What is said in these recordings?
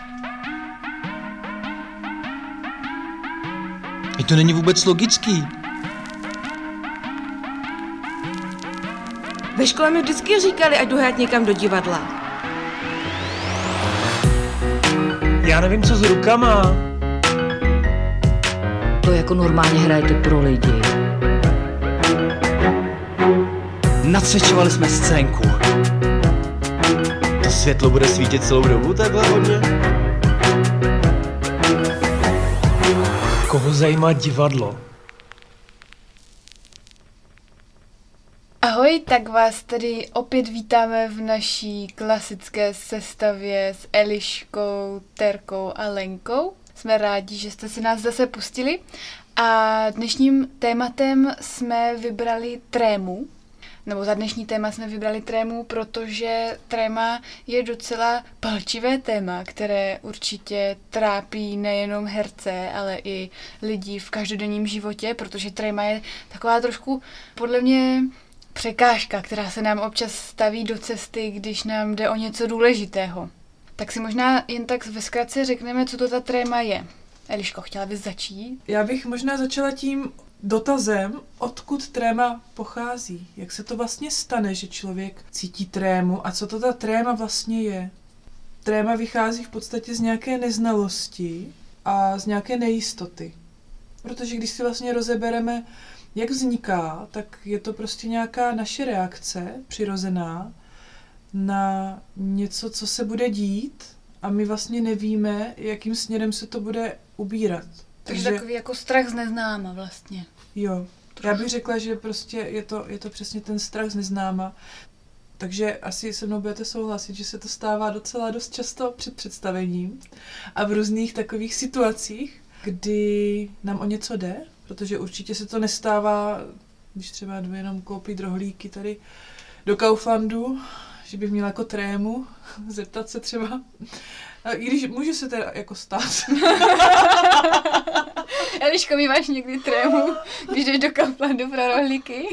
I to není vůbec logický. Ve škole mi vždycky říkali, ať jdu hrát někam do divadla. Já nevím, co s rukama. To jako normálně hrajete pro lidi. Nacvičovali jsme scénku. To světlo bude svítit celou dobu takhle hodně? Koho zajímá divadlo? Ahoj, tak vás tady opět vítáme v naší klasické sestavě s Eliškou, Terkou a Lenkou. Jsme rádi, že jste si nás zase pustili a dnešním tématem jsme vybrali trému. Nebo za dnešní téma jsme vybrali trému, protože tréma je docela palčivé téma, které určitě trápí nejenom herce, ale i lidi v každodenním životě, protože tréma je taková trošku, podle mě, překážka, která se nám občas staví do cesty, když nám jde o něco důležitého. Tak si možná jen tak ve zkratce řekneme, co to ta tréma je. Eliško, chtěla bys začít? Já bych možná začala tím dotazem, odkud tréma pochází. Jak se to vlastně stane, že člověk cítí trému a co to ta tréma vlastně je? Tréma vychází v podstatě z nějaké neznalosti a z nějaké nejistoty. Protože když si vlastně rozebereme, jak vzniká, tak je to prostě nějaká naše reakce přirozená na něco, co se bude dít a my vlastně nevíme, jakým směrem se to bude ubírat. Takže takový jako strach z neznáma vlastně. Jo, já bych řekla, že prostě je to přesně ten strach z neznáma. Takže asi se mnou budete souhlasit, že se to stává docela dost často před představením a v různých takových situacích, kdy nám o něco jde, protože určitě se to nestává, když třeba jdu jenom koupit rohlíky tady do Kauflandu, že bych měla jako trému, zeptat se třeba. I když může se teda jako stát. Eliško, máš někdy trému, když jdeš do Kauflandu pro rohlíky?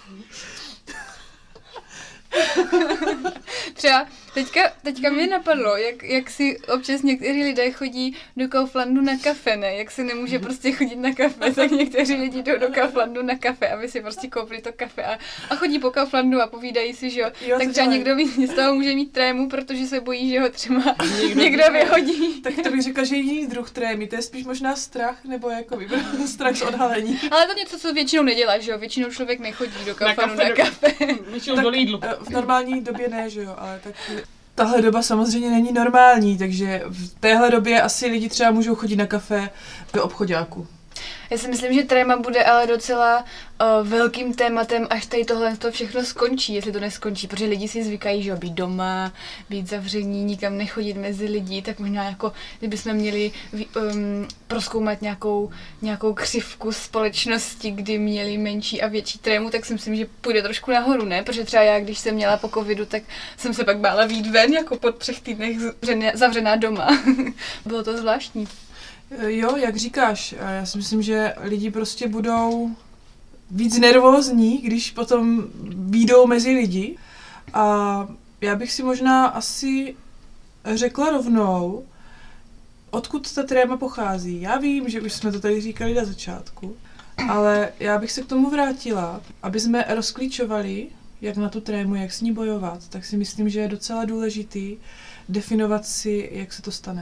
Třeba teďka mě napadlo, jak si občas někteří lidé chodí do Kauflandu na kafe, ne? Jak se nemůže prostě chodit na kafe, tak někteří lidi jdou do Kauflandu na kafe, aby si prostě koupili to kafe a chodí po Kauflandu a povídají si, že jo. Tak třeba někdo z toho může mít trému, protože se bojí, že ho třeba někdo vyhodí. Tak to bych řekla, že je jiný druh trémy, to je spíš možná strach, nebo jako strach z odhalení. Ale to něco, co většinou nedělá, že jo. Většinou člověk nechodí do Kauflandu na kafe. Většinou do Lidlu. V normální době ne, že jo, ale tak tahle doba samozřejmě není normální, takže v téhle době asi lidi třeba můžou chodit na kafe do obchoďáku. Já si myslím, že tréma bude ale docela velkým tématem, až tady tohle to všechno skončí, jestli to neskončí, protože lidi si zvykají, že být doma, být zavření, nikam nechodit mezi lidi, tak možná jako, kdybychom měli prozkoumat nějakou křivku společnosti, kdy měli menší a větší trému, tak si myslím, že půjde trošku nahoru, ne? Protože třeba já, když jsem měla po covidu, tak jsem se pak bála vyjít ven, jako po 3 týdnech zavřená doma. Bylo to zvláštní. Jo, jak říkáš, já si myslím, že lidi prostě budou víc nervózní, když potom vyjdou mezi lidi. A já bych si možná asi řekla rovnou, odkud ta tréma pochází. Já vím, že už jsme to tady říkali na začátku, ale já bych se k tomu vrátila, aby jsme rozklíčovali, jak na tu trému, jak s ní bojovat, tak si myslím, že je docela důležitý definovat si, jak se to stane.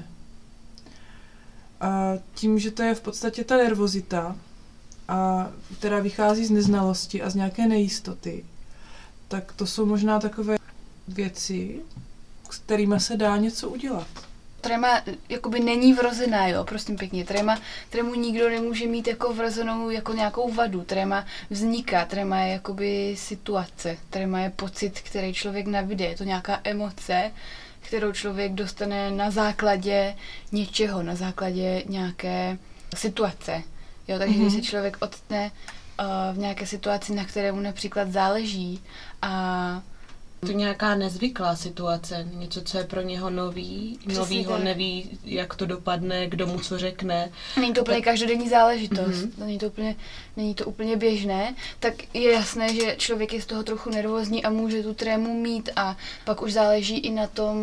A tím, že to je v podstatě ta nervozita, která vychází z neznalosti a z nějaké nejistoty, tak to jsou možná takové věci, s kterými se dá něco udělat. Tréma jakoby není vrozená, jo, prosím pěkně. Trému nikdo nemůže mít jako vrozenou jako nějakou vadu. Tréma vzniká, tréma je jakoby situace, tréma je pocit, který člověk nabíde, je to nějaká emoce, kterou člověk dostane na základě něčeho, na základě nějaké situace. Jo, takže když se člověk odtne v nějaké situaci, na které mu například záleží a to nějaká nezvyklá situace, něco, co je pro něho novýho, neví, jak to dopadne, kdo mu co řekne. Není to úplně každodenní záležitost, není to úplně běžné, tak je jasné, že člověk je z toho trochu nervózní a může tu trému mít a pak už záleží i na tom,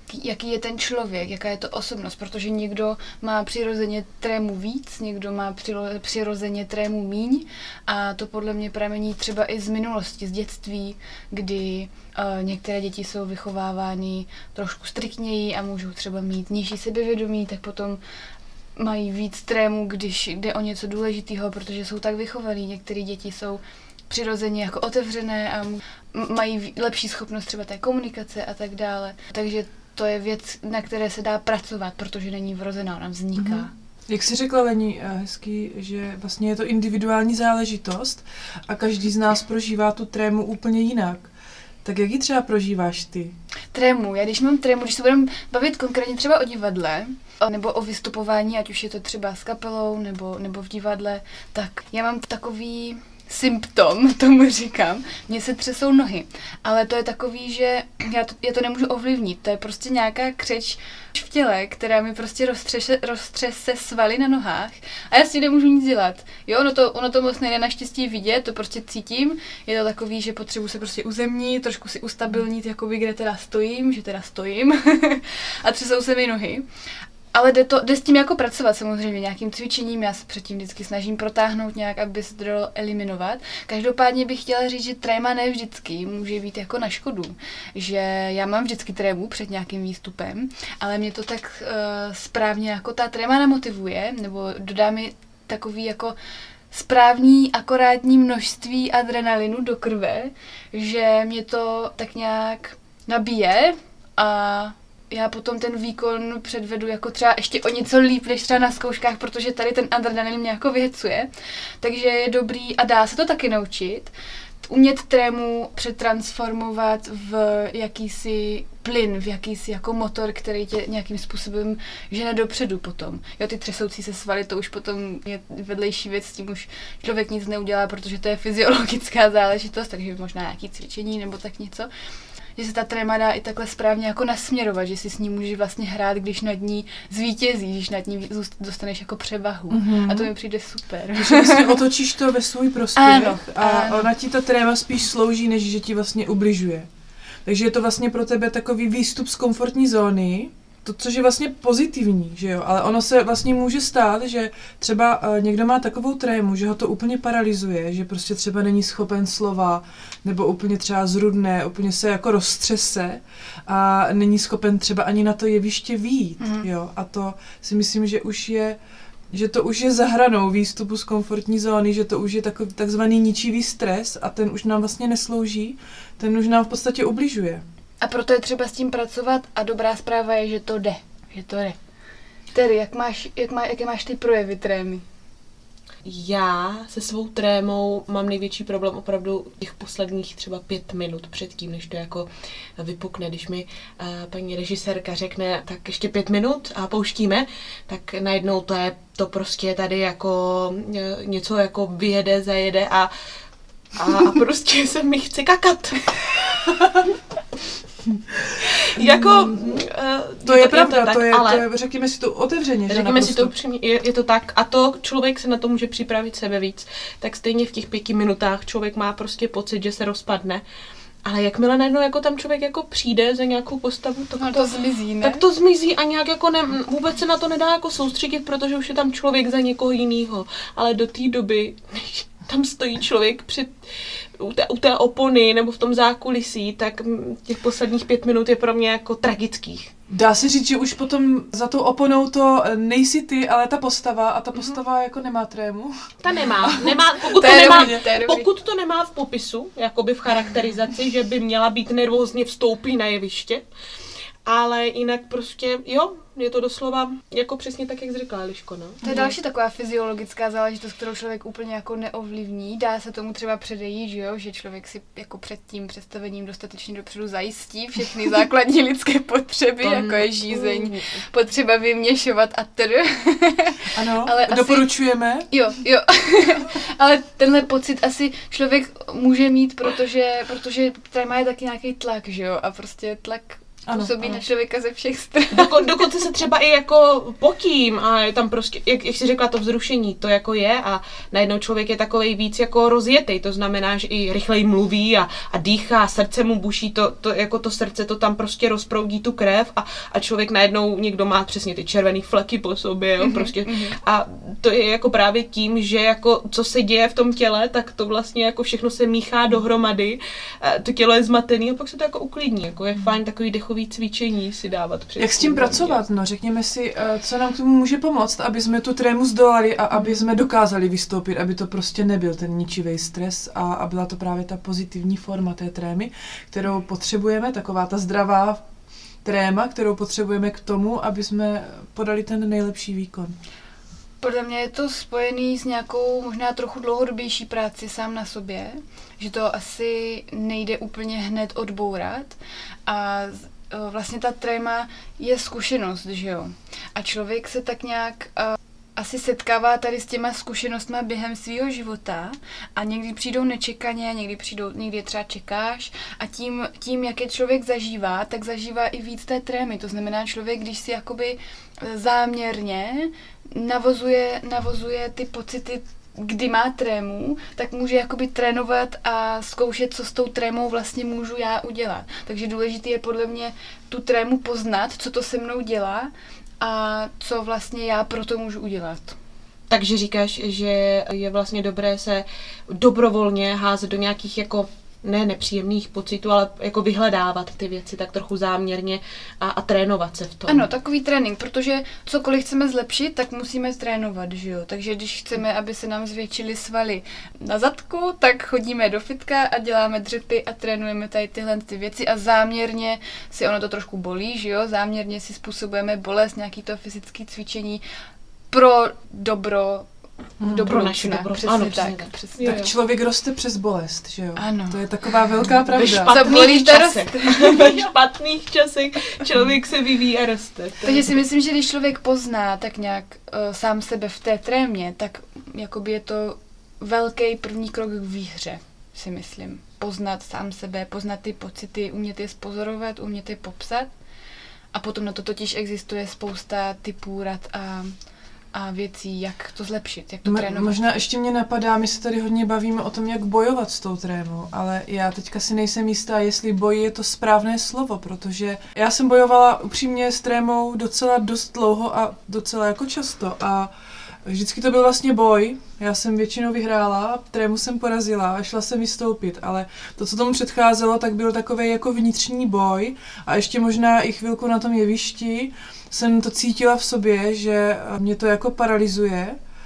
jaký je ten člověk, jaká je to osobnost, protože někdo má přirozeně trému víc, někdo má přirozeně trému míň a to podle mě pramení třeba i z minulosti, z dětství, kdy některé děti jsou vychovávány trošku striktněji a můžou třeba mít nižší sebevědomí, tak potom mají víc trému, když jde o něco důležitého, protože jsou tak vychovaní. Některé děti jsou přirozeně jako otevřené a mají lepší schopnost třeba té komunikace a tak dále. Takže to je věc, na které se dá pracovat, protože není vrozená, ona vzniká. Mm-hmm. Jak jsi řekla, Leni, hezky, že vlastně je to individuální záležitost a každý z nás prožívá tu trému úplně jinak. Tak jak ji třeba prožíváš ty? Trému. Já když mám trému, když se budeme bavit konkrétně třeba o divadle, nebo o vystupování, ať už je to třeba s kapelou, nebo v divadle, tak já mám takový symptom, tomu říkám, mně se třesou nohy, ale to je takový, že já to nemůžu ovlivnit, to je prostě nějaká křeč v těle, která mi prostě roztřese svaly na nohách a já s tím nemůžu nic dělat. Jo, ono to moc nejde naštěstí vidět, to prostě cítím, je to takový, že potřebuji se prostě uzemnit, trošku si ustabilnit, jakoby kde teda stojím, a třesou se mi nohy. Ale jde s tím jako pracovat samozřejmě nějakým cvičením, já se předtím vždycky snažím protáhnout nějak, aby se to dalo eliminovat. Každopádně bych chtěla říct, že tréma ne vždycky může být jako na škodu. Že já mám vždycky trému před nějakým výstupem, ale mě to tak správně jako ta tréma namotivuje, nebo dodá mi takový jako správný, akorátní množství adrenalinu do krve, že mě to tak nějak nabije a já potom ten výkon předvedu jako třeba ještě o něco líp, než třeba na zkouškách, protože tady ten adrenalin mě jako vyhecuje. Takže je dobrý a dá se to taky naučit. Umět trému přetransformovat v jakýsi plyn, v jakýsi jako motor, který tě nějakým způsobem žene dopředu potom. Jo, ty třesoucí se svaly, to už potom je vedlejší věc, s tím už člověk nic neudělá, protože to je fyziologická záležitost, takže možná nějaký cvičení nebo tak něco. Že se ta tréma dá i takhle správně jako nasměrovat, že si s ní můžeš vlastně hrát, když nad ní zvítězíš, když nad ní dostaneš jako převahu. Mm-hmm. A to mi přijde super. Když vlastně otočíš to ve svůj prospěch a ona ti ta tréma spíš slouží, než že ti vlastně ubližuje. Takže je to vlastně pro tebe takový výstup z komfortní zóny, to, což je vlastně pozitivní, že jo, ale ono se vlastně může stát, že třeba někdo má takovou trému, že ho to úplně paralyzuje, že prostě třeba není schopen slova, nebo úplně třeba zrudne, úplně se jako roztřese a není schopen třeba ani na to jeviště vyjít, jo, a to si myslím, že to už je za hranou výstupu z komfortní zóny, že to už je takový takzvaný ničivý stres a ten už nám vlastně neslouží, ten už nám v podstatě ubližuje. A proto je třeba s tím pracovat a dobrá zpráva je, že to jde. Tedy, jaké máš ty projevy trémy? Já se svou trémou mám největší problém opravdu těch posledních třeba 5 minut předtím, než to jako vypukne. Když mi paní režisérka řekne, tak ještě 5 minut a pouštíme, tak najednou to prostě tady jako něco jako vyjede, zajede a prostě se mi chce kakat. Jako, to je pravda, to je, řekněme si to otevřeně. Řekněme si to upřímně, je to tak a to člověk se na to může připravit sebe víc. Tak stejně v těch 5 minutách člověk má prostě pocit, že se rozpadne. Ale jakmile najednou jako tam člověk jako přijde za nějakou postavu, to zmizí, ne? Tak to zmizí a nějak jako vůbec se na to nedá jako soustředit, protože už je tam člověk za někoho jinýho. Ale do té doby, než tam stojí člověk u té opony nebo v tom zákulisí, tak těch posledních 5 minut je pro mě jako tragických. Dá se říct, že už potom za tou oponou to nejsi ty, ale ta postava a ta postava jako nemá trému? Ta nemá pokud to nemá v popisu, jakoby v charakterizaci, že by měla být nervózně vstoupí na jeviště, ale jinak prostě, jo, je to doslova jako přesně tak, jak jsi řekla, Eliško, no. To je další taková fyziologická záležitost, kterou člověk úplně jako neovlivní. Dá se tomu třeba předejít, že jo, že člověk si jako před tím představením dostatečně dopředu zajistí všechny základní lidské potřeby, jako je žízeň, potřeba vyměšovat a tedy. Ano, ale doporučujeme. Jo. Ale tenhle pocit asi člověk může mít, protože tady má taky nějaký tlak, že jo, a prostě tlak působí na člověka ze všech stran. Dokonce se třeba i jako potím a je tam prostě, jak jsi řekla, to vzrušení, to jako je a najednou člověk je takovej víc jako rozjetý, to znamená, že i rychleji mluví a dýchá, srdce mu buší, to jako to srdce to tam prostě rozproudí tu krev a člověk najednou, někdo má přesně ty červený fleky po sobě, jo, prostě. A to je jako právě tím, že jako co se děje v tom těle, tak to vlastně jako všechno se míchá dohromady, to tělo je zmatený a pak se to jako uklidní, jako je fajn takový dechový cvičení si dávat. Jak s tím pracovat? No, řekněme si, co nám k tomu může pomoct, aby jsme tu trému zdolali a aby jsme dokázali vystoupit, aby to prostě nebyl ten ničivý stres a byla to právě ta pozitivní forma té trémy, kterou potřebujeme, taková ta zdravá tréma, kterou potřebujeme k tomu, aby jsme podali ten nejlepší výkon. Podle mě je to spojený s nějakou možná trochu dlouhodobější práci sám na sobě, že to asi nejde úplně hned odbourat a vlastně ta tréma je zkušenost, že jo? A člověk se tak nějak asi setkává tady s těma zkušenostmi během svého života a někdy přijdou nečekaně, někdy je třeba čekáš a tím, jak je člověk zažívá, tak zažívá i víc té trémy. To znamená, člověk, když si jakoby záměrně navozuje ty pocity, kdy má trému, tak může jakoby trénovat a zkoušet, co s tou trémou vlastně můžu já udělat. Takže důležité je podle mě tu trému poznat, co to se mnou dělá a co vlastně já pro to můžu udělat. Takže říkáš, že je vlastně dobré se dobrovolně házet do nějakých jako ne nepříjemných pocitů, ale jako vyhledávat ty věci tak trochu záměrně a trénovat se v tom. Ano, takový trénink, protože cokoliv chceme zlepšit, tak musíme trénovat, že jo? Takže když chceme, aby se nám zvětšily svaly na zadku, tak chodíme do fitka a děláme dřepy a trénujeme tady tyhle ty věci a záměrně si ono to trošku bolí, že jo? Záměrně si způsobujeme bolest, nějaký to fyzické cvičení pro dobro pro naše dobro. Přesně ano, tak. Přesně Tak člověk roste přes bolest, že jo? Ano. To je taková velká pravda. Ve špatných časech člověk se vyvíjí a roste. Takže si myslím, že když člověk pozná tak nějak sám sebe v té trémě, tak jakoby je to velký první krok k výhře, si myslím. Poznat sám sebe, poznat ty pocity, umět je zpozorovat, umět je popsat. A potom na to totiž existuje spousta typů rad a věcí, jak to zlepšit, jak to trénovat. Možná ještě mě napadá, my se tady hodně bavíme o tom, jak bojovat s tou trémou, ale já teďka si nejsem jistá, jestli boj je to správné slovo, protože já jsem bojovala upřímně s trémou docela dost dlouho a docela jako často a vždycky to byl vlastně boj, já jsem většinou vyhrála, trému jsem porazila a šla jsem vystoupit, ale to, co tomu předcházelo, tak byl takový jako vnitřní boj a ještě možná i chvilku na tom jevišti jsem to cítila v sobě, že mě to jako paralyzuje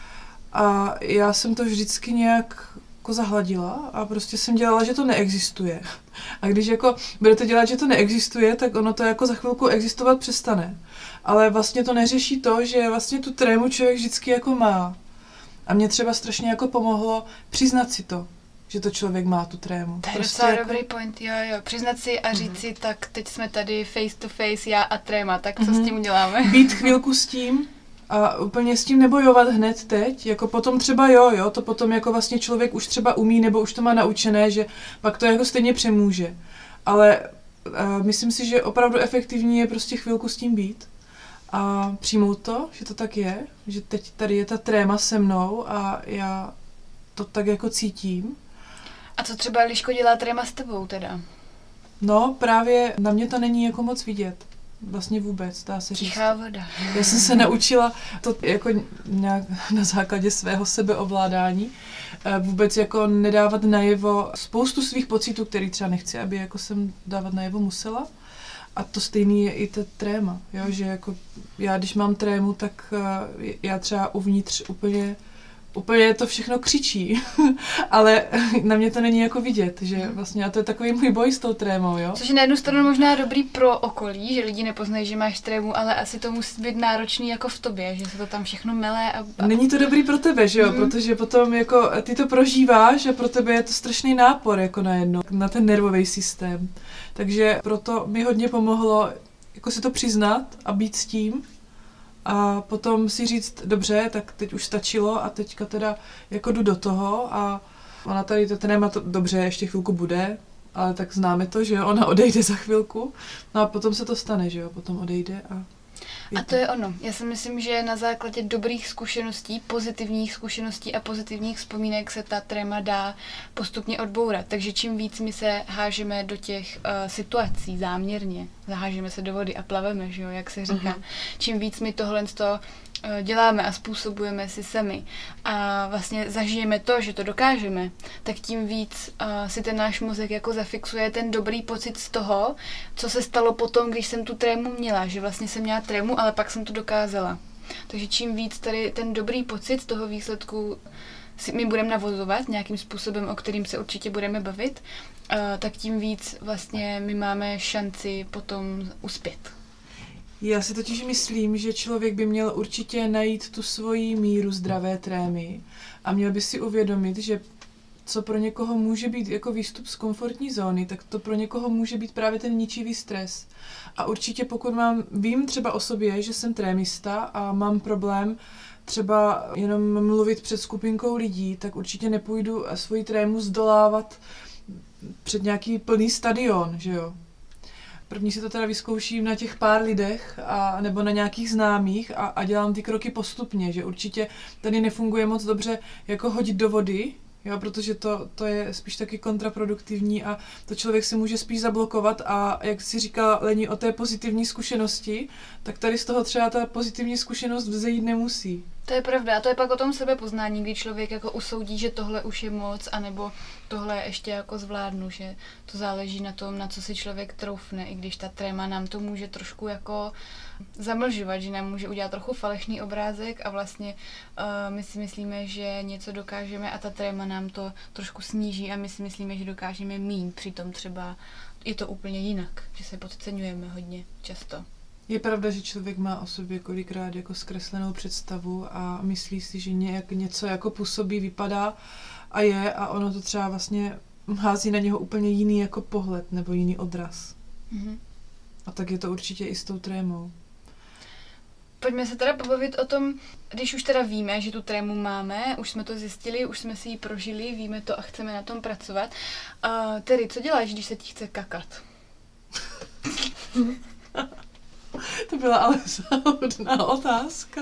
a já jsem to vždycky nějak jako zahladila a prostě jsem dělala, že to neexistuje. A když jako budete dělat, že to neexistuje, tak ono to jako za chvilku existovat přestane. Ale vlastně to neřeší to, že vlastně tu trému člověk vždycky jako má. A mě třeba strašně jako pomohlo přiznat si to, že to člověk má tu trému. To je prostě docela jako dobrý point, jo. Přiznat si a říct si, tak teď jsme tady face to face, já a tréma, tak co s tím uděláme? Být chvilku s tím a úplně s tím nebojovat hned teď, jako potom třeba jo, to potom jako vlastně člověk už třeba umí nebo už to má naučené, že pak to jako stejně přemůže. Ale myslím si, že opravdu efektivní je prostě chvilku s tím být a přijmout to, že to tak je, že teď tady je ta tréma se mnou a já to tak jako cítím. A co třeba Eliško dělá tréma s tebou teda? No, právě na mě to není jako moc vidět. Vlastně vůbec, dá se říct. Tichá voda. Já jsem se naučila to jako nějak na základě svého sebeovládání vůbec jako nedávat najevo spoustu svých pocitů, který třeba nechci, aby jako jsem dávat najevo musela. A to stejný je i ta tréma, jo? Že jako já, když mám trému, tak já třeba uvnitř úplně to všechno křičí, ale na mě to není jako vidět, že vlastně a to je takový můj boj s tou trémou, jo. Což je na jednu stranu možná dobrý pro okolí, že lidi nepoznají, že máš trému, ale asi to musí být náročný jako v tobě, že se to tam všechno mele a... Není to dobrý pro tebe, že jo, protože potom jako ty to prožíváš a pro tebe je to strašný nápor jako na ten nervový systém. Takže proto mi hodně pomohlo jako si to přiznat a být s tím. A potom si říct, dobře, tak teď už stačilo a teďka teda jako jdu do toho a ona tady to téma dobře, ještě chvilku bude, ale tak známe to, že jo, ona odejde za chvilku, no a potom se to stane, že jo, potom odejde a... A to je ono. Já si myslím, že na základě dobrých zkušeností, pozitivních zkušeností a pozitivních vzpomínek se ta tréma dá postupně odbourat. Takže čím víc my se hážeme do těch situací záměrně, zahážeme se do vody a plaveme, že jo, jak se říká, čím víc my tohle děláme a způsobujeme si sami a vlastně zažijeme to, že to dokážeme, tak tím víc si ten náš mozek jako zafixuje ten dobrý pocit z toho, co se stalo potom, když jsem tu trému měla, že vlastně jsem měla trému, ale pak jsem to dokázala. Takže čím víc tady ten dobrý pocit z toho výsledku my budeme navozovat nějakým způsobem, o kterým se určitě budeme bavit, tak tím víc vlastně my máme šanci potom uspět. Já si totiž myslím, že člověk by měl určitě najít tu svoji míru zdravé trémy a měl by si uvědomit, že co pro někoho může být jako výstup z komfortní zóny, tak to pro někoho může být právě ten ničivý stres. A určitě pokud vím třeba o sobě, že jsem trémista a mám problém třeba jenom mluvit před skupinkou lidí, tak určitě nepůjdu svoji trému zdolávat před nějaký plný stadion, že jo. První si to teda vyzkouším na těch pár lidech nebo na nějakých známých a dělám ty kroky postupně, že určitě tady nefunguje moc dobře jako hodit do vody, jo, protože to je spíš taky kontraproduktivní a to člověk si může spíš zablokovat a jak si říkala Leni o té pozitivní zkušenosti, tak tady z toho třeba ta pozitivní zkušenost vzejít nemusí. To je pravda, a to je pak o tom sebepoznání, kdy člověk jako usoudí, že tohle už je moc, anebo tohle ještě jako zvládnu, že to záleží na tom, na co si člověk troufne, i když ta tréma nám to může trošku jako zamlžovat, že nám může udělat trochu falešný obrázek a vlastně my si myslíme, že něco dokážeme a ta tréma nám to trošku sníží a my si myslíme, že dokážeme míň, přitom třeba je to úplně jinak, že se podceňujeme hodně často. Je pravda, že člověk má o sobě kolikrát jako zkreslenou představu a myslí si, že něco jako působí, vypadá a je a ono to třeba vlastně hází na něho úplně jiný jako pohled nebo jiný odraz. Mm-hmm. A tak je to určitě i s tou trémou. Pojďme se teda pobavit o tom, když už teda víme, že tu trému máme, už jsme to zjistili, už jsme si ji prožili, víme to a chceme na tom pracovat. Tedy, co děláš, když se ti chce kakat? To byla ale záhodná otázka.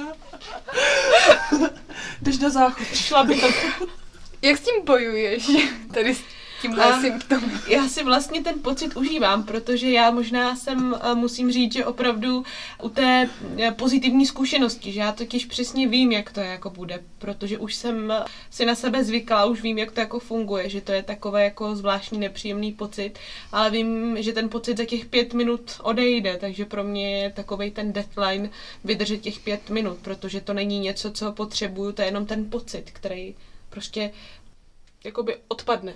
Jdeš na záchod. Šla by tak. Jak s tím bojuješ? Tady s tímhle symptomem. Já si vlastně ten pocit užívám, protože já možná musím říct, že opravdu u té pozitivní zkušenosti, že já totiž přesně vím, jak to jako bude, protože už jsem si na sebe zvykla, už vím, jak to jako funguje, že to je takové jako zvláštní nepříjemný pocit, ale vím, že ten pocit za těch 5 minut odejde, takže pro mě je takovej ten deadline vydržet těch 5 minut, protože to není něco, co potřebuju, to je jenom ten pocit, který prostě jakoby odpadne.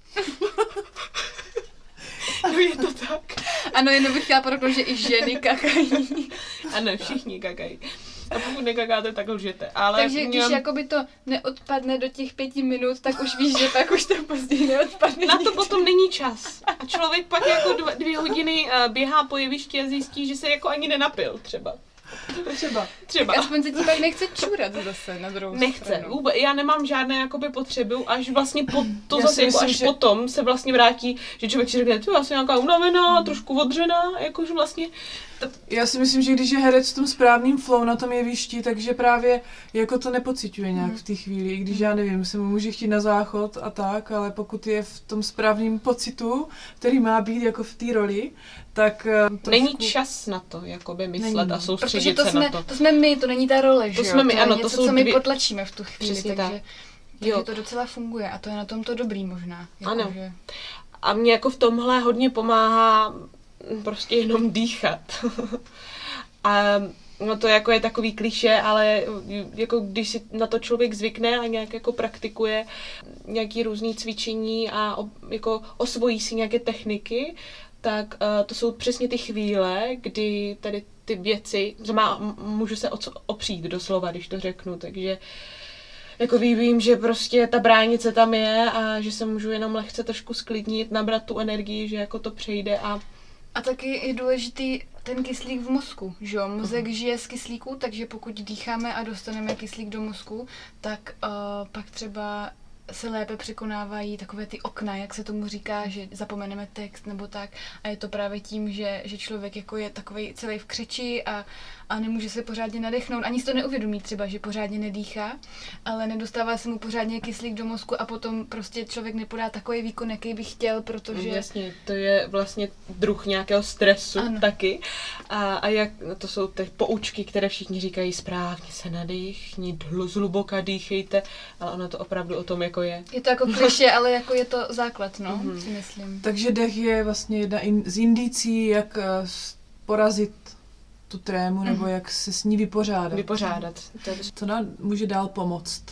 No je to tak. Ano, jenom bych chtěla podotknout, že i ženy kakají. Ano, všichni kakají. A pokud nekakáte, tak lžete. Ale takže když jakoby to neodpadne do těch 5 minut, tak už víš, že pak už to později neodpadne. Na to potom není čas. A člověk pak jako 2 hodiny běhá po jevišti a zjistí, že se jako ani nenapil třeba. Třeba. Aspoň se ti pak nechce čůrat zase na druhou stranu. Vůbec. Já nemám žádné jakoby potřebu, až vlastně potom se vlastně vrátí, že člověk si řekne, já jsem nějaká unavená, trošku odřená, jakože vlastně. Já si myslím, že když je herec v tom správným flow na tom jevišti, takže právě jako to nepociťuje nějak v té chvíli, i když já nevím, se mu může chtít na záchod a tak, ale pokud je v tom správným pocitu, který má být jako v té roli, tak není čas na to, jakoby myslet a soustředit se na to. To jsme my, to není ta role, že jo? Jsme my, ano, něco, to jsou co my potlačíme v tu chvíli, takže to docela funguje a to je na tom to dobrý možná. Jako ano. Že... A mě jako v tomhle hodně pomáhá prostě jenom dýchat. A no to jako je takový klišé, ale jako když si na to člověk zvykne a nějak jako praktikuje nějaký různý cvičení a jako osvojí si nějaké techniky, tak to jsou přesně ty chvíle, kdy tady ty věci, můžu se opřít doslova, když to řeknu, takže jako vím, že prostě ta bránice tam je a že se můžu jenom lehce trošku sklidnit, nabrat tu energii, že jako to přejde A taky je důležitý ten kyslík v mozku, že jo? Mozek žije z kyslíku, takže pokud dýcháme a dostaneme kyslík do mozku, tak pak třeba se lépe překonávají takové ty okna, jak se tomu říká, že zapomeneme text nebo tak. A je to právě tím, že člověk jako je takovej celý v křeči a a nemůže se pořádně nadechnout, ani si to neuvědomí třeba, že pořádně nedýchá, ale nedostává se mu pořádně kyslík do mozku a potom prostě člověk nepodá takový výkon, jaký by chtěl, protože... Jasně, to je vlastně druh nějakého stresu taky. A jak to jsou ty poučky, které všichni říkají správně se nadechni, zhluboka dýchejte, ale ono to opravdu o tom jako je. Je to jako klišé, ale jako je to základ, si myslím. Takže dech je vlastně jedna z indicí, jak porazit tu trému, nebo jak se s ní vypořádat. Co nám může dál pomoct?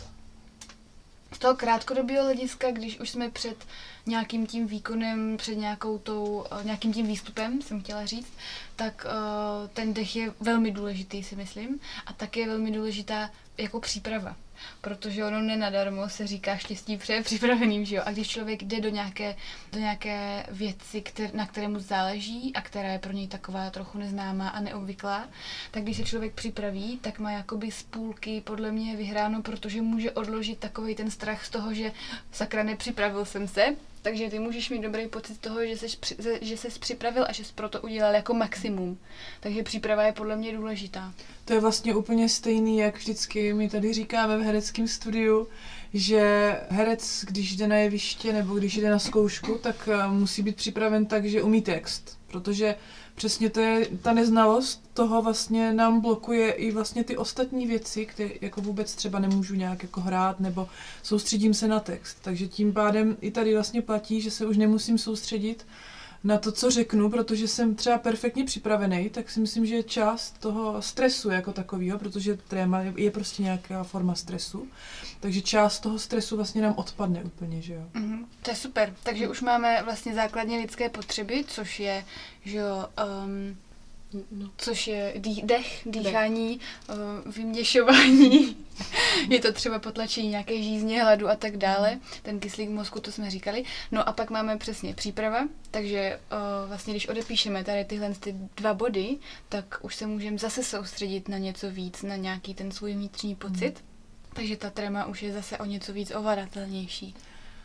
Z toho krátkodobého hlediska, když už jsme před nějakým tím výkonem, před nějakým tím výstupem, jsem chtěla říct, tak ten dech je velmi důležitý, si myslím. A tak je velmi důležitá jako příprava. Protože ono nenadarmo se říká štěstí přeje připraveným, že jo? A když člověk jde do nějaké věci, na které mu záleží a která je pro něj taková trochu neznámá a neobvyklá, tak když se člověk připraví, tak má jakoby z půlky podle mě vyhráno, protože může odložit takovej ten strach z toho, že sakra, nepřipravil jsem se, takže ty můžeš mít dobrý pocit z toho, že ses připravil a že jsi proto udělal jako maximum. Takže příprava je podle mě důležitá. To je vlastně úplně stejný, jak vždycky my tady říkáme v hereckém studiu, že herec, když jde na jeviště nebo když jde na zkoušku, tak musí být připraven tak, že umí text. Protože přesně to je ta neznalost toho vlastně nám blokuje i vlastně ty ostatní věci, které jako vůbec třeba nemůžu nějak jako hrát nebo soustředím se na text. Takže tím pádem i tady vlastně platí, že se už nemusím soustředit na to, co řeknu, protože jsem třeba perfektně připravený, tak si myslím, že je část toho stresu jako takového, protože tréma je prostě nějaká forma stresu, takže část toho stresu vlastně nám odpadne úplně, že jo. To je super, takže už máme vlastně základně lidské potřeby, což je, že jo, což je dech, dýchání, vyměšování, je to třeba potlačení nějaké žízně, hladu a tak dále, ten kyslík v mozku, to jsme říkali. No a pak máme přesně příprava, takže vlastně když odepíšeme tady tyhle ty 2 body, tak už se můžeme zase soustředit na něco víc, na nějaký ten svůj vnitřní pocit, takže ta tréma už je zase o něco víc ovladatelnější.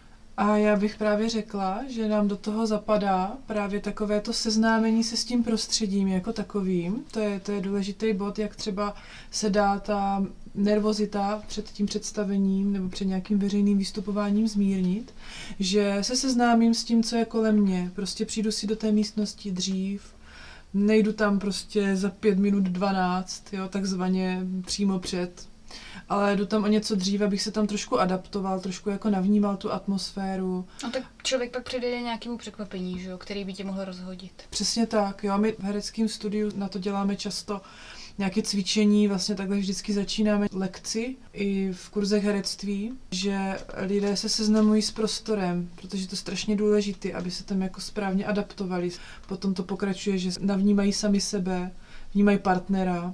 A já bych právě řekla, že nám do toho zapadá právě takové to seznámení se s tím prostředím jako takovým. To je důležitý bod, jak třeba se dá ta nervozita před tím představením nebo před nějakým veřejným vystupováním zmírnit, že se seznámím s tím, co je kolem mě. Prostě přijdu si do té místnosti dřív, nejdu tam prostě za 5 minut 12, jo, takzvaně přímo před, ale jdu tam o něco dřív, abych se tam trošku adaptoval, trošku jako navnímal tu atmosféru. A tak člověk pak přijde nějakému překvapení, že jo, který by tě mohl rozhodit. Přesně tak, jo, my v hereckém studiu na to děláme často nějaké cvičení, vlastně takhle vždycky začínáme lekci i v kurzech herectví, že lidé se seznamují s prostorem, protože to je strašně důležité, aby se tam jako správně adaptovali. Potom to pokračuje, že navnímají sami sebe, vnímají partnera.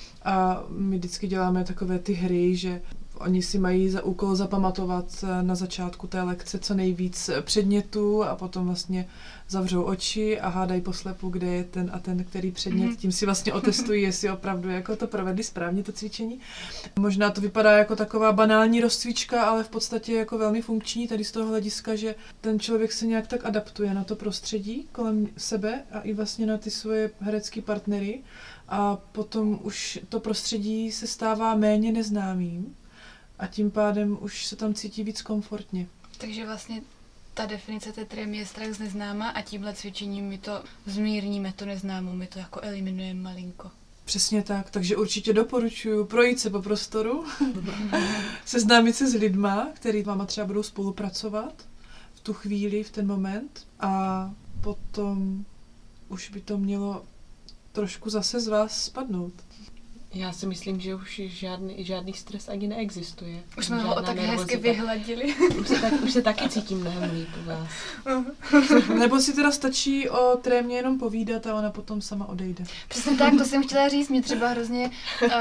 A my vždycky děláme takové ty hry, že oni si mají za úkol zapamatovat na začátku té lekce co nejvíc předmětů a potom vlastně zavřou oči a hádají poslepu, kde je ten a ten, který předmět. Tím si vlastně otestují, jestli opravdu jako to provedli správně, to cvičení. Možná to vypadá jako taková banální rozcvička, ale v podstatě jako velmi funkční tady z toho hlediska, že ten člověk se nějak tak adaptuje na to prostředí kolem sebe a i vlastně na ty svoje herecké partnery. A potom už to prostředí se stává méně neznámým a tím pádem už se tam cítí víc komfortně. Takže vlastně ta definice té trémy je strach z neznáma a tímhle cvičením my to zmírníme, to neznámo, my to jako eliminujeme malinko. Přesně tak, takže určitě doporučuji projít se po prostoru, seznámit se s lidma, který váma třeba budou spolupracovat v tu chvíli, v ten moment a potom už by to mělo trošku zase z vás spadnout. Já si myslím, že už žádný stres ani neexistuje. Už jsme ho tak hezky vyhladili. Už se taky cítím mnohem líp u vás. Nebo si teda stačí o trémě jenom povídat a ona potom sama odejde. Přesně tak, to jsem chtěla říct. Mě třeba hrozně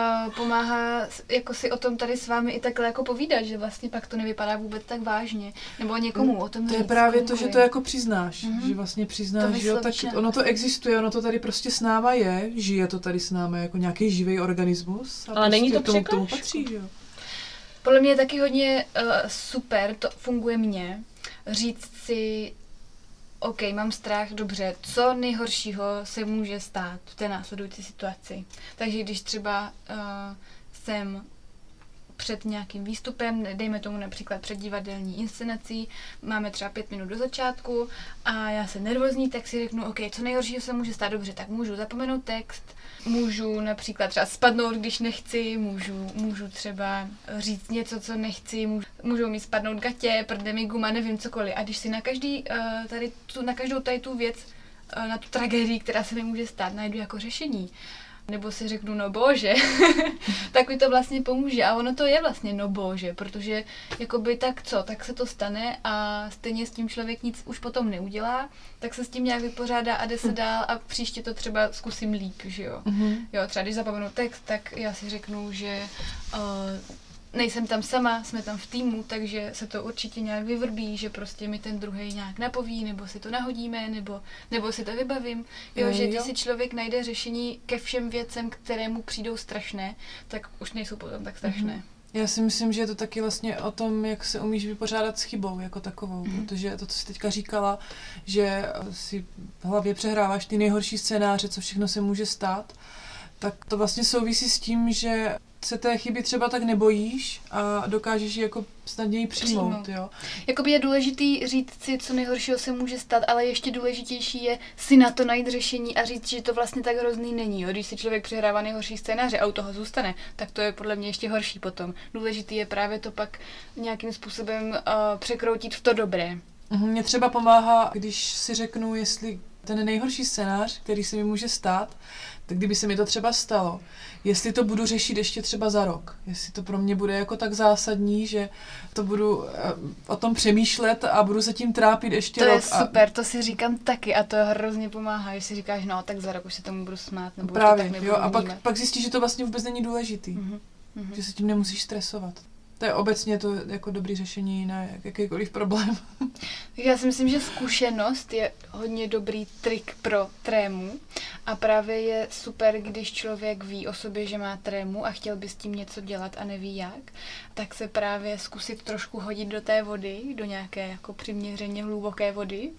pomáhá jako si o tom tady s vámi i takhle jako povídat, že vlastně pak to nevypadá vůbec tak vážně. Nebo někomu o tom říct. To je právě to, že to jako přiznáš. Že vlastně přiznáš, že jo, tak ono to existuje, ono to tady prostě s náma je, žije to tady s náma jako nějaký živý organismus. A ale není to k tomu patří, že jo? Podle mě je taky hodně super, to funguje mně, říct si OK, mám strach, dobře, co nejhoršího se může stát v té následující situaci. Takže když třeba jsem před nějakým výstupem, dejme tomu například před divadelní inscenací, máme třeba 5 minut do začátku a já jsem nervózní, tak si řeknu, OK, co nejhoršího se může stát, dobře, tak můžu zapomenout text, můžu například třeba spadnout, když nechci, můžu třeba říct něco, co nechci, můžou mi spadnout gatě, prde mi guma, nevím cokoliv. A když si na každou tady tu věc, na tu tragédii, která se mi může stát, najdu jako řešení, nebo si řeknu, no bože, tak mi to vlastně pomůže. A ono to je vlastně no bože, protože jakoby tak co, tak se to stane a stejně s tím člověk nic už potom neudělá, tak se s tím nějak vypořádá a jde se dál a příště to třeba zkusím líp, že jo. Jo, třeba když zapomenu text, tak já si řeknu, že nejsem tam sama, jsme tam v týmu, takže se to určitě nějak vyvrbí, že prostě mi ten druhý nějak napoví, nebo si to nahodíme, nebo si to vybavím. Jo, že když si člověk najde řešení ke všem věcem, které mu přijdou strašné, tak už nejsou potom tak strašné. Já si myslím, že je to taky vlastně o tom, jak se umíš vypořádat s chybou jako takovou, protože to, co jsi teďka říkala, že si v hlavě přehráváš ty nejhorší scénáře, co všechno se může stát, tak to vlastně souvisí s tím, že se té chyby třeba tak nebojíš a dokážeš ji jako snadněji přijmout. Jo? Jakoby je důležitý říct si, co nejhoršího se může stát, ale ještě důležitější je si na to najít řešení a říct, že to vlastně tak hrozný není. Jo? Když si člověk přehrává nejhorší scénáře a u toho zůstane, tak to je podle mě ještě horší potom. Důležitý je právě to pak nějakým způsobem překroutit v to dobré. Mně třeba pomáhá, když si řeknu, jestli ten nejhorší scénář, který se mi může stát, tak kdyby se mi to třeba stalo, jestli to budu řešit ještě třeba za rok, jestli to pro mě bude jako tak zásadní, že to budu o tom přemýšlet a budu se tím trápit ještě rok. To je super, to si říkám taky a to hrozně pomáhá, že si říkáš, no tak za rok už se tomu budu smát, nebo právě, to tak nebudu jo, a pak zjistíš, že to vlastně vůbec není důležitý, že se tím nemusíš stresovat. To je obecně to jako dobrý řešení na jakýkoliv problém. Já si myslím, že zkušenost je hodně dobrý trik pro trému a právě je super, když člověk ví o sobě, že má trému a chtěl by s tím něco dělat a neví jak, tak se právě zkusit trošku hodit do té vody, do nějaké jako přiměřeně hluboké vody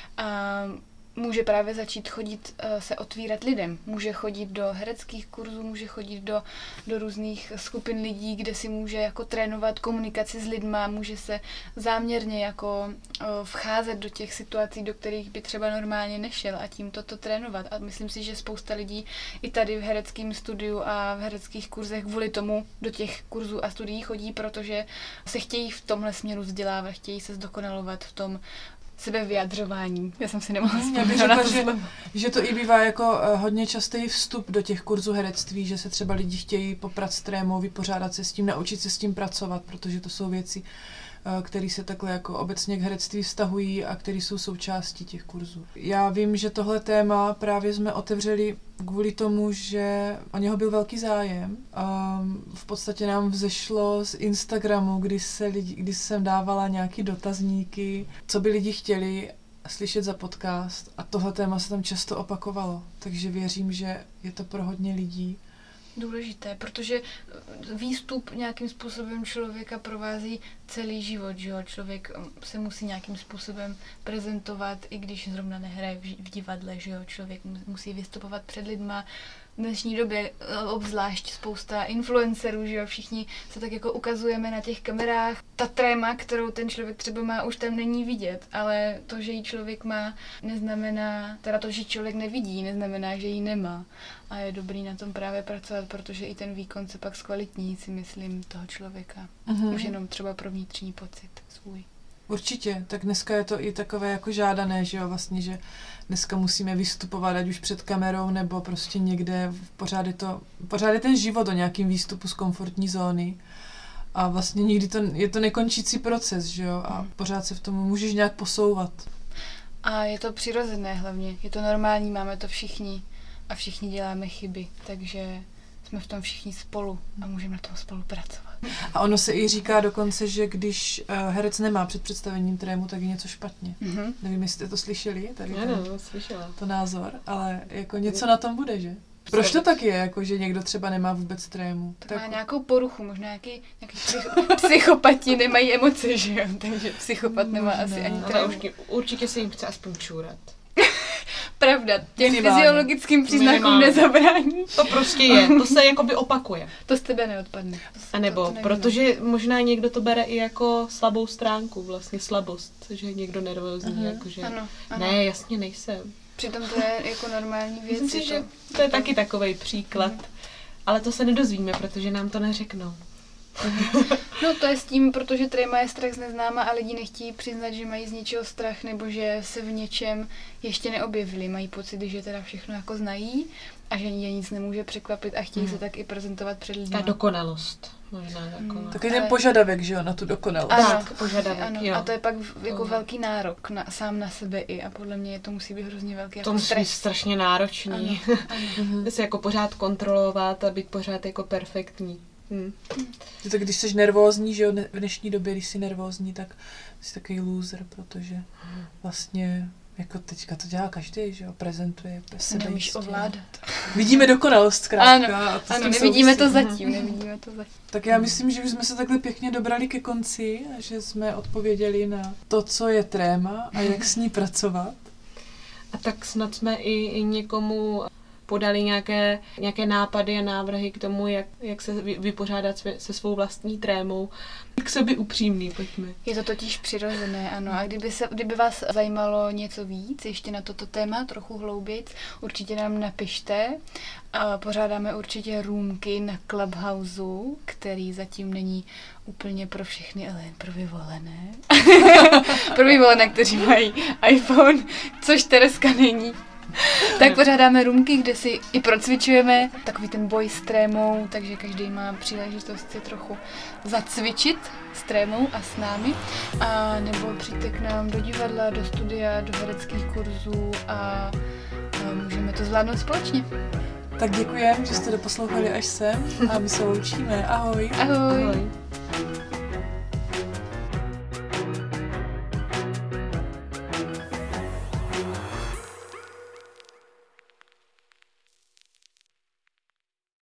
a může právě začít chodit, se otvírat lidem. Může chodit do hereckých kurzů, může chodit do různých skupin lidí, kde si může jako trénovat komunikaci s lidma, může se záměrně jako vcházet do těch situací, do kterých by třeba normálně nešel a tím toto trénovat. A myslím si, že spousta lidí i tady v hereckém studiu a v hereckých kurzech kvůli tomu do těch kurzů a studií chodí, protože se chtějí v tomhle směru vzdělávat, chtějí se zdokonalovat v tom sebevyjadřování. Já jsem si nemohla vzpomenout na to. Že to i bývá jako hodně častý vstup do těch kurzů herectví, že se třeba lidi chtějí poprat s trémou, vypořádat se s tím, naučit se s tím pracovat, protože to jsou věci, které se takhle jako obecně k herectví vztahují a které jsou součástí těch kurzů. Já vím, že tohle téma právě jsme otevřeli kvůli tomu, že o něho byl velký zájem. V podstatě nám vzešlo z Instagramu, kdy jsem dávala nějaký dotazníky, co by lidi chtěli slyšet za podcast a tohle téma se tam často opakovalo. Takže věřím, že je to pro hodně lidí důležité, protože výstup nějakým způsobem člověka provází celý život, že jo? Člověk se musí nějakým způsobem prezentovat, i když zrovna nehraje v divadle, že jo? Člověk musí vystupovat před lidma. V dnešní době obzvlášť spousta influencerů, že jo? Všichni se tak jako ukazujeme na těch kamerách. Ta tréma, kterou ten člověk třeba má, už tam není vidět, ale to, že ji člověk má, neznamená, teda to, že člověk nevidí, neznamená, že ji nemá. A je dobrý na tom právě pracovat, protože i ten výkon se pak zkvalitní, si myslím, toho člověka. Už jenom třeba pro vnitřní pocit svůj. Určitě, tak dneska je to i takové jako žádané, že jo, vlastně, že dneska musíme vystupovat, ať už před kamerou, nebo prostě někde, pořád je ten život o nějakým výstupu z komfortní zóny. A vlastně nikdy je to nekončící proces, že jo, a pořád se v tom můžeš nějak posouvat. A je to přirozené hlavně, je to normální, máme to všichni a všichni děláme chyby, takže jsme v tom všichni spolu a můžeme na tom spolupracovat. A ono se i říká dokonce, že když herec nemá před představením trému, tak je něco špatně. Nevím, jestli jste to slyšeli, tady slyšela. to názor, ale jako něco na tom bude, že? Proč to tak je, jako že někdo třeba nemá vůbec trému? Tak má nějakou poruchu, možná nějaký psychopati nemají emoce, že jo? Takže psychopat nemá asi ani trému. Určitě se jim chce aspoň čůrat. Pravda, těm fyziologickým příznakům nezabrání. To prostě je, to se jakoby opakuje. To z tebe neodpadne. A nebo, protože možná někdo to bere i jako slabou stránku, vlastně slabost, že je někdo nervózní, jakože ano. Ne, jasně nejsem. Přitom to je jako normální věc. Myslím si, že to je taky takovej příklad, ale to se nedozvíme, protože nám to neřeknou. No to je s tím, protože tréma je strach z neznáma a lidi nechtějí přiznat, že mají z něčeho strach nebo že se v něčem ještě neobjevili. Mají pocit, že teda všechno jako znají a že je nic nemůže překvapit a chtějí se tak i prezentovat před lidmi. Ta dokonalost. Možná taková. Taky ten požadavek, že jo, na tu dokonalost. Ano, požadavek, ano. jo. A to je pak jako velký nárok sám na sebe i a podle mě to musí být hrozně velký to musí být strašně náročný. Ano. Se jako pořád kontrolovat a být pořád jako perfektní. Tak když jsi nervózní, že jo, v dnešní době, když jsi nervózní, tak jsi takový loser, protože vlastně jako teďka to dělá každý, že jo, prezentuje sebe. Nemůžeš ovládat. Vidíme dokonalost zkrátka. Ano, nevidíme to zatím, Tak já myslím, že už jsme se takhle pěkně dobrali ke konci a že jsme odpověděli na to, co je tréma a jak s ní pracovat. A tak snad jsme i někomu podali nějaké nápady a návrhy k tomu, jak se vypořádat se svou vlastní trémou. K sobě upřímný, pojďme. Je to totiž přirozené, ano. A kdyby vás zajímalo něco víc, ještě na toto téma, trochu hloubějc, určitě nám napište. A pořádáme určitě roomky na Clubhouse, který zatím není úplně pro všechny, ale jen pro vyvolené. Pro vyvolené, kteří mají iPhone, což Tereska není. Tak pořádáme roomky, kde si i procvičujeme takový ten boj s trémou, takže každý má příležitost si trochu zacvičit s trémou a s námi. A nebo přijďte k nám do divadla, do studia, do hereckých kurzů a můžeme to zvládnout společně. Tak děkujeme, že jste doposlouchali až sem a my se loučíme. Ahoj. Ahoj.